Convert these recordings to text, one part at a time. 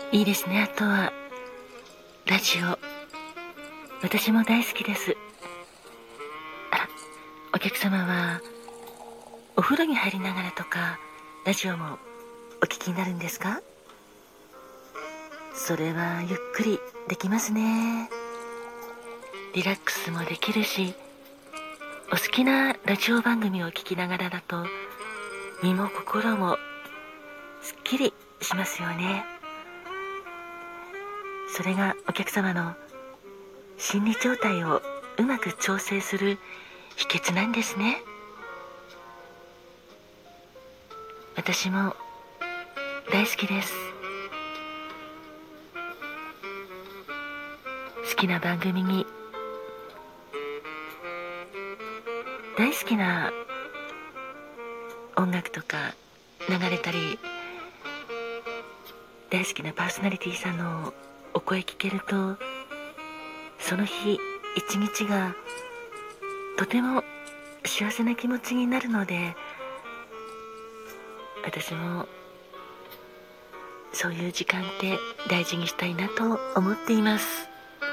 いいですね。あとはラジオ、私も大好きです。あら、お客様はお風呂に入りながらとかラジオもお聞きになるんですか？それはゆっくりできますね。リラックスもできるし、お好きなラジオ番組を聞きながらだと身も心もすっきりしますよね。それがお客様の心理状態をうまく調整する秘訣なんですね。私も大好きです。好きな番組に大好きな音楽とか流れたり、大好きなパーソナリティさんのお声聞けると、その日一日がとても幸せな気持ちになるので、私もそういう時間って大事にしたいなと思っています。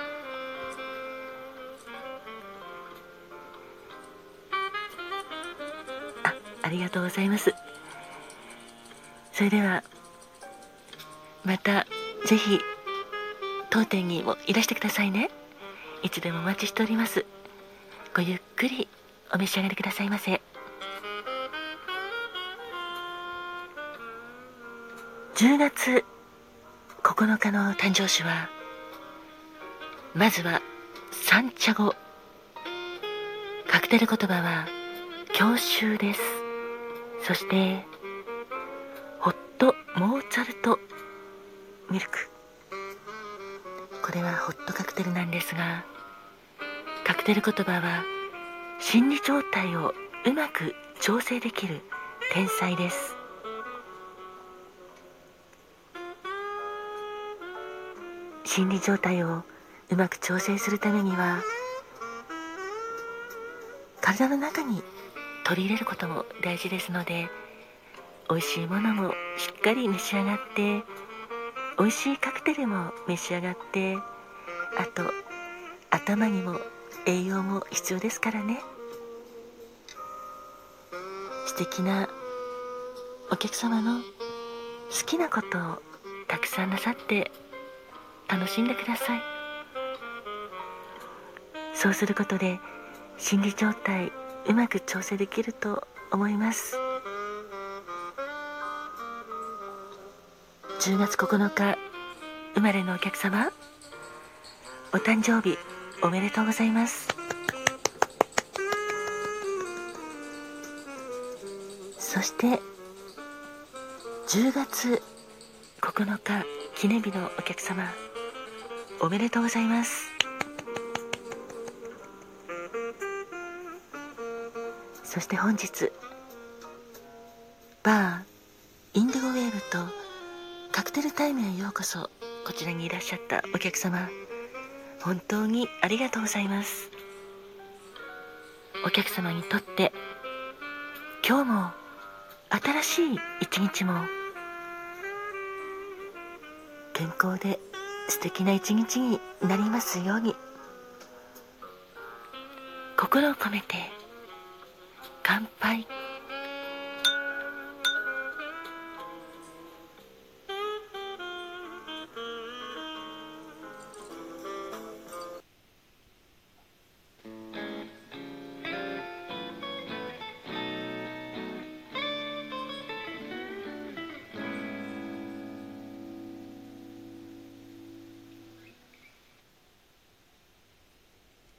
ありがとうございます。それではまたぜひ当店にもいらしてくださいね。いつでもお待ちしております。ごゆっくりお召し上がりくださいませ。10月9日の誕生日は、まずは三茶語、カクテル言葉は郷愁です。そしてホットモーツァルトミルク、これはホットカクテルなんですが、カクテル言葉は心理状態をうまく調整できる天才です。心理状態をうまく調整するためには、体の中に取り入れることも大事ですので、美味しいものもしっかり召し上がって、美味しいカクテルも召し上がって、あと頭にも栄養も必要ですからね。素敵なお客様の好きなことをたくさんなさって楽しんでください。そうすることで心理状態うまく調整できると思います。10月9日生まれのお客様、お誕生日おめでとうございます。そして10月9日記念日のお客様、おめでとうございます。そして本日バーインディゴウェーブとカクテルタイムへようこそ、こちらにいらっしゃったお客様、本当にありがとうございます。お客様にとって今日も新しい一日も健康で素敵な一日になりますように。心を込めて乾杯。